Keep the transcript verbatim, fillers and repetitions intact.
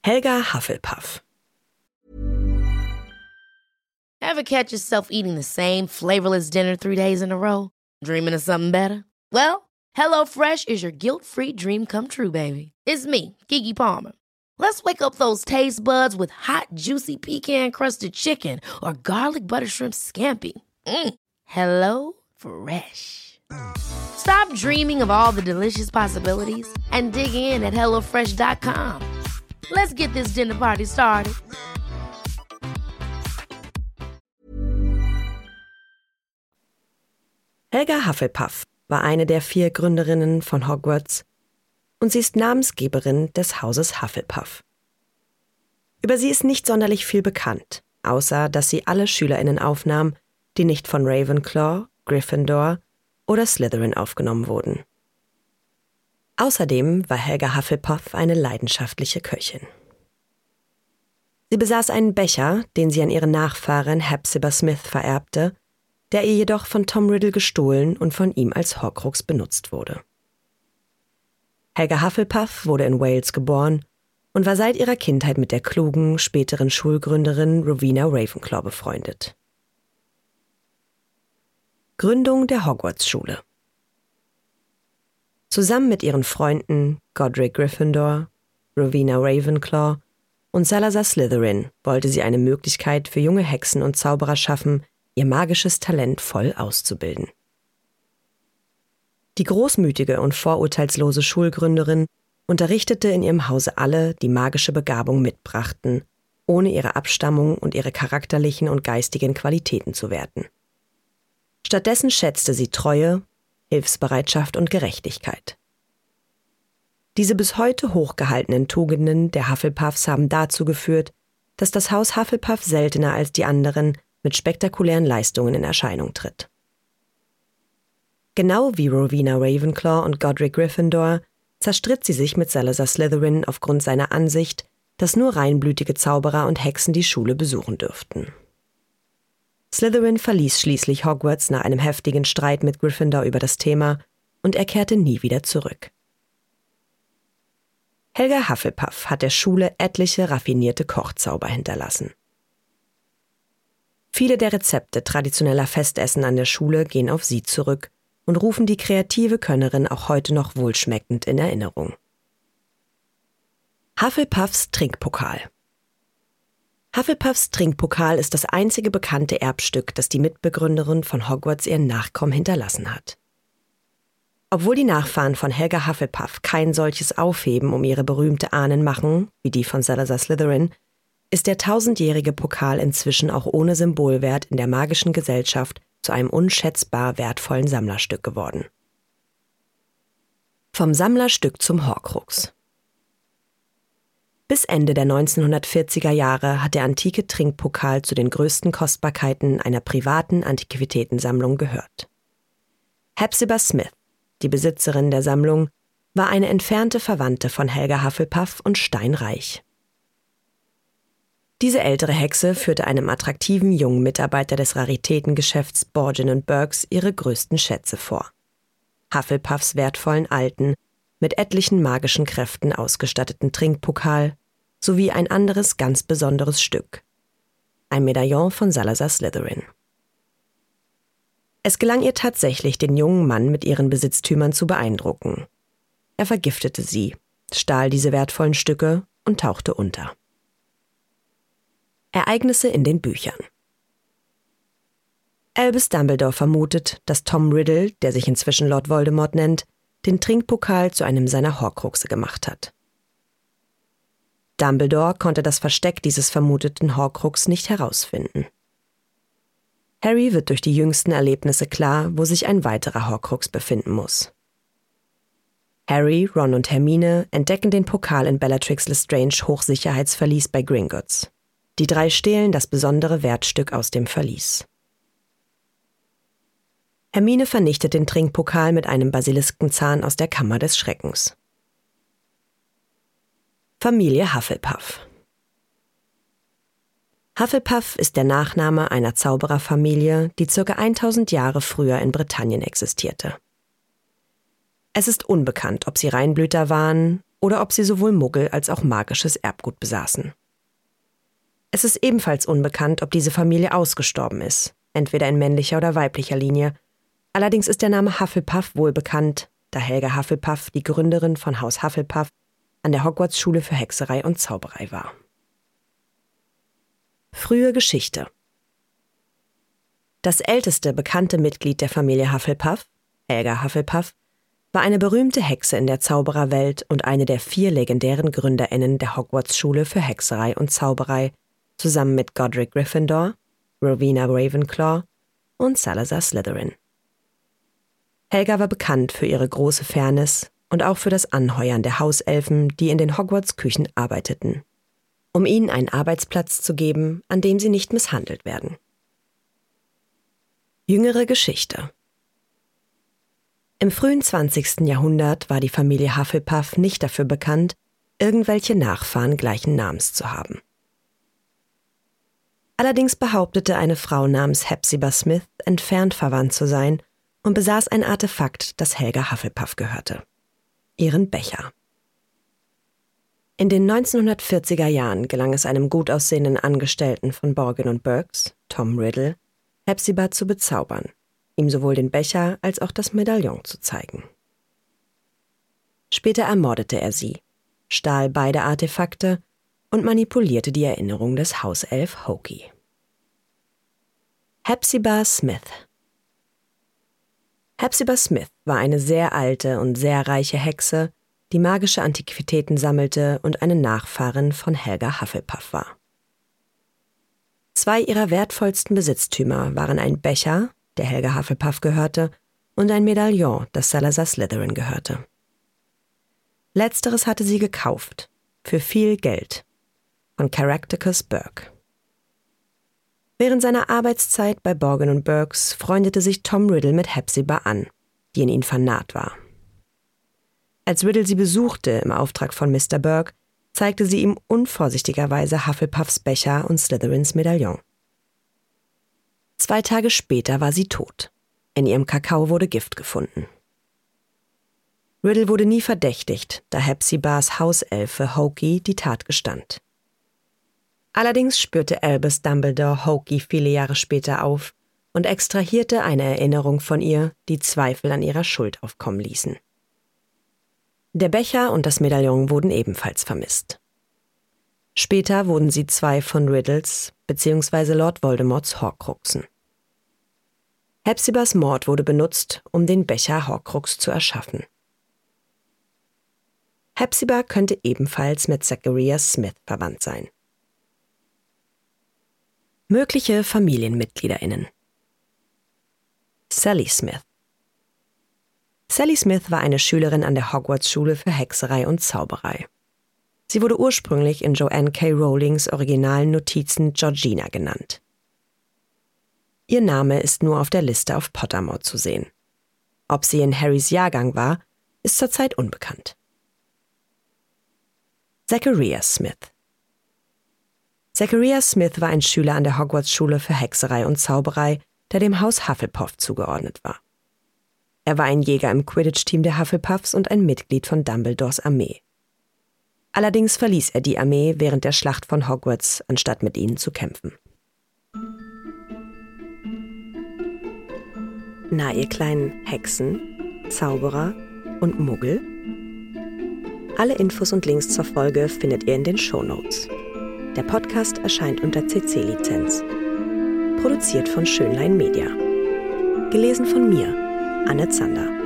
Helga Hufflepuff. Ever catch yourself eating the same flavorless dinner three days in a row? Dreaming of something better? Well, HelloFresh is your guilt-free dream come true, baby. It's me, Keke Palmer. Let's wake up those taste buds with hot, juicy pecan-crusted chicken or garlic butter shrimp scampi. Mm. Hello Fresh. Stop dreaming of all the delicious possibilities and dig in at hello fresh dot com. Let's get this dinner party started. Helga Hufflepuff war eine der vier Gründerinnen von Hogwarts und sie ist Namensgeberin des Hauses Hufflepuff. Über sie ist nicht sonderlich viel bekannt, außer dass sie alle SchülerInnen aufnahm, die nicht von Ravenclaw, Gryffindor oder Slytherin aufgenommen wurden. Außerdem war Helga Hufflepuff eine leidenschaftliche Köchin. Sie besaß einen Becher, den sie an ihre Nachfahrin Hepzibah Smith vererbte, der ihr jedoch von Tom Riddle gestohlen und von ihm als Horcrux benutzt wurde. Helga Hufflepuff wurde in Wales geboren und war seit ihrer Kindheit mit der klugen, späteren Schulgründerin Rowena Ravenclaw befreundet. Gründung der Hogwarts-Schule. Zusammen mit ihren Freunden Godric Gryffindor, Rowena Ravenclaw und Salazar Slytherin wollte sie eine Möglichkeit für junge Hexen und Zauberer schaffen, ihr magisches Talent voll auszubilden. Die großmütige und vorurteilslose Schulgründerin unterrichtete in ihrem Hause alle, die magische Begabung mitbrachten, ohne ihre Abstammung und ihre charakterlichen und geistigen Qualitäten zu werten. Stattdessen schätzte sie Treue, Hilfsbereitschaft und Gerechtigkeit. Diese bis heute hochgehaltenen Tugenden der Hufflepuffs haben dazu geführt, dass das Haus Hufflepuff seltener als die anderen mit spektakulären Leistungen in Erscheinung tritt. Genau wie Rowena Ravenclaw und Godric Gryffindor zerstritt sie sich mit Salazar Slytherin aufgrund seiner Ansicht, dass nur reinblütige Zauberer und Hexen die Schule besuchen dürften. Slytherin verließ schließlich Hogwarts nach einem heftigen Streit mit Gryffindor über das Thema und er kehrte nie wieder zurück. Helga Hufflepuff hat der Schule etliche raffinierte Kochzauber hinterlassen. Viele der Rezepte traditioneller Festessen an der Schule gehen auf sie zurück und rufen die kreative Könnerin auch heute noch wohlschmeckend in Erinnerung. Hufflepuffs Trinkpokal. Hufflepuffs Trinkpokal ist das einzige bekannte Erbstück, das die Mitbegründerin von Hogwarts ihren Nachkommen hinterlassen hat. Obwohl die Nachfahren von Helga Hufflepuff kein solches aufheben, um ihre berühmte Ahnen machen, wie die von Salazar Slytherin, ist der tausendjährige Pokal inzwischen auch ohne Symbolwert in der magischen Gesellschaft zu einem unschätzbar wertvollen Sammlerstück geworden. Vom Sammlerstück zum Horcrux. Bis Ende der neunzehnhundertvierziger Jahre hat der antike Trinkpokal zu den größten Kostbarkeiten einer privaten Antiquitätensammlung gehört. Hepzibah Smith, die Besitzerin der Sammlung, war eine entfernte Verwandte von Helga Hufflepuff und steinreich. Diese ältere Hexe führte einem attraktiven jungen Mitarbeiter des Raritätengeschäfts Borgin und Burkes ihre größten Schätze vor. Hufflepuffs wertvollen alten, mit etlichen magischen Kräften ausgestatteten Trinkpokal sowie ein anderes ganz besonderes Stück, ein Medaillon von Salazar Slytherin. Es gelang ihr tatsächlich, den jungen Mann mit ihren Besitztümern zu beeindrucken. Er vergiftete sie, stahl diese wertvollen Stücke und tauchte unter. Ereignisse in den Büchern. Albus Dumbledore vermutet, dass Tom Riddle, der sich inzwischen Lord Voldemort nennt, den Trinkpokal zu einem seiner Horcruxe gemacht hat. Dumbledore konnte das Versteck dieses vermuteten Horcrux nicht herausfinden. Harry wird durch die jüngsten Erlebnisse klar, wo sich ein weiterer Horcrux befinden muss. Harry, Ron und Hermine entdecken den Pokal in Bellatrix Lestrange Hochsicherheitsverlies bei Gringotts. Die drei stehlen das besondere Wertstück aus dem Verlies. Hermine vernichtet den Trinkpokal mit einem Basiliskenzahn aus der Kammer des Schreckens. Familie Hufflepuff. Hufflepuff ist der Nachname einer Zaubererfamilie, die ca. tausend Jahre früher in Britannien existierte. Es ist unbekannt, ob sie Reinblüter waren oder ob sie sowohl Muggel als auch magisches Erbgut besaßen. Es ist ebenfalls unbekannt, ob diese Familie ausgestorben ist, entweder in männlicher oder weiblicher Linie. Allerdings ist der Name Hufflepuff wohl bekannt, da Helga Hufflepuff, die Gründerin von Haus Hufflepuff, an der Hogwarts-Schule für Hexerei und Zauberei war. Frühe Geschichte. Das älteste bekannte Mitglied der Familie Hufflepuff, Helga Hufflepuff, war eine berühmte Hexe in der Zaubererwelt und eine der vier legendären GründerInnen der Hogwarts-Schule für Hexerei und Zauberei, zusammen mit Godric Gryffindor, Rowena Ravenclaw und Salazar Slytherin. Helga war bekannt für ihre große Fairness und auch für das Anheuern der Hauselfen, die in den Hogwarts-Küchen arbeiteten, um ihnen einen Arbeitsplatz zu geben, an dem sie nicht misshandelt werden. Jüngere Geschichte. Im frühen zwanzigsten Jahrhundert war die Familie Hufflepuff nicht dafür bekannt, irgendwelche Nachfahren gleichen Namens zu haben. Allerdings behauptete eine Frau namens Hepzibah Smith, entfernt verwandt zu sein und besaß ein Artefakt, das Helga Hufflepuff gehörte: ihren Becher. In den neunzehnhundertvierziger Jahren gelang es einem gut aussehenden Angestellten von Borgin und Burkes, Tom Riddle, Hepzibah zu bezaubern, ihm sowohl den Becher als auch das Medaillon zu zeigen. Später ermordete er sie, stahl beide Artefakte und manipulierte die Erinnerung des Hauself Hokey. Hepzibah Smith. Hepzibah Smith war eine sehr alte und sehr reiche Hexe, die magische Antiquitäten sammelte und eine Nachfahrin von Helga Hufflepuff war. Zwei ihrer wertvollsten Besitztümer waren ein Becher, der Helga Hufflepuff gehörte, und ein Medaillon, das Salazar Slytherin gehörte. Letzteres hatte sie gekauft, für viel Geld, von Caractacus Burke. Während seiner Arbeitszeit bei Borgin und Burkes freundete sich Tom Riddle mit Hepzibah an, die in ihn vernarrt war. Als Riddle sie besuchte im Auftrag von Mister Burke, zeigte sie ihm unvorsichtigerweise Hufflepuffs Becher und Slytherins Medaillon. Zwei Tage später war sie tot. In ihrem Kakao wurde Gift gefunden. Riddle wurde nie verdächtigt, da Hepzibahs Hauselfe Hokey die Tat gestand. Allerdings spürte Albus Dumbledore Hokey viele Jahre später auf und extrahierte eine Erinnerung von ihr, die Zweifel an ihrer Schuld aufkommen ließen. Der Becher und das Medaillon wurden ebenfalls vermisst. Später wurden sie zwei von Riddles bzw. Lord Voldemorts Horcruxen. Hepzibahs Mord wurde benutzt, um den Becher Horcrux zu erschaffen. Hepzibah könnte ebenfalls mit Zacharias Smith verwandt sein. Mögliche FamilienmitgliederInnen. Sally Smith. Sally Smith war eine Schülerin an der Hogwarts-Schule für Hexerei und Zauberei. Sie wurde ursprünglich in Joanne K. Rowlings originalen Notizen Georgina genannt. Ihr Name ist nur auf der Liste auf Pottermore zu sehen. Ob sie in Harrys Jahrgang war, ist zurzeit unbekannt. Zacharias Smith. Zacharias Smith war ein Schüler an der Hogwarts-Schule für Hexerei und Zauberei, der dem Haus Hufflepuff zugeordnet war. Er war ein Jäger im Quidditch-Team der Hufflepuffs und ein Mitglied von Dumbledores Armee. Allerdings verließ er die Armee während der Schlacht von Hogwarts, anstatt mit ihnen zu kämpfen. Na, ihr kleinen Hexen, Zauberer und Muggel? Alle Infos und Links zur Folge findet ihr in den Shownotes. Der Podcast erscheint unter C C-Lizenz. Produziert von Schönlein Media. Gelesen von mir, Anne Zander.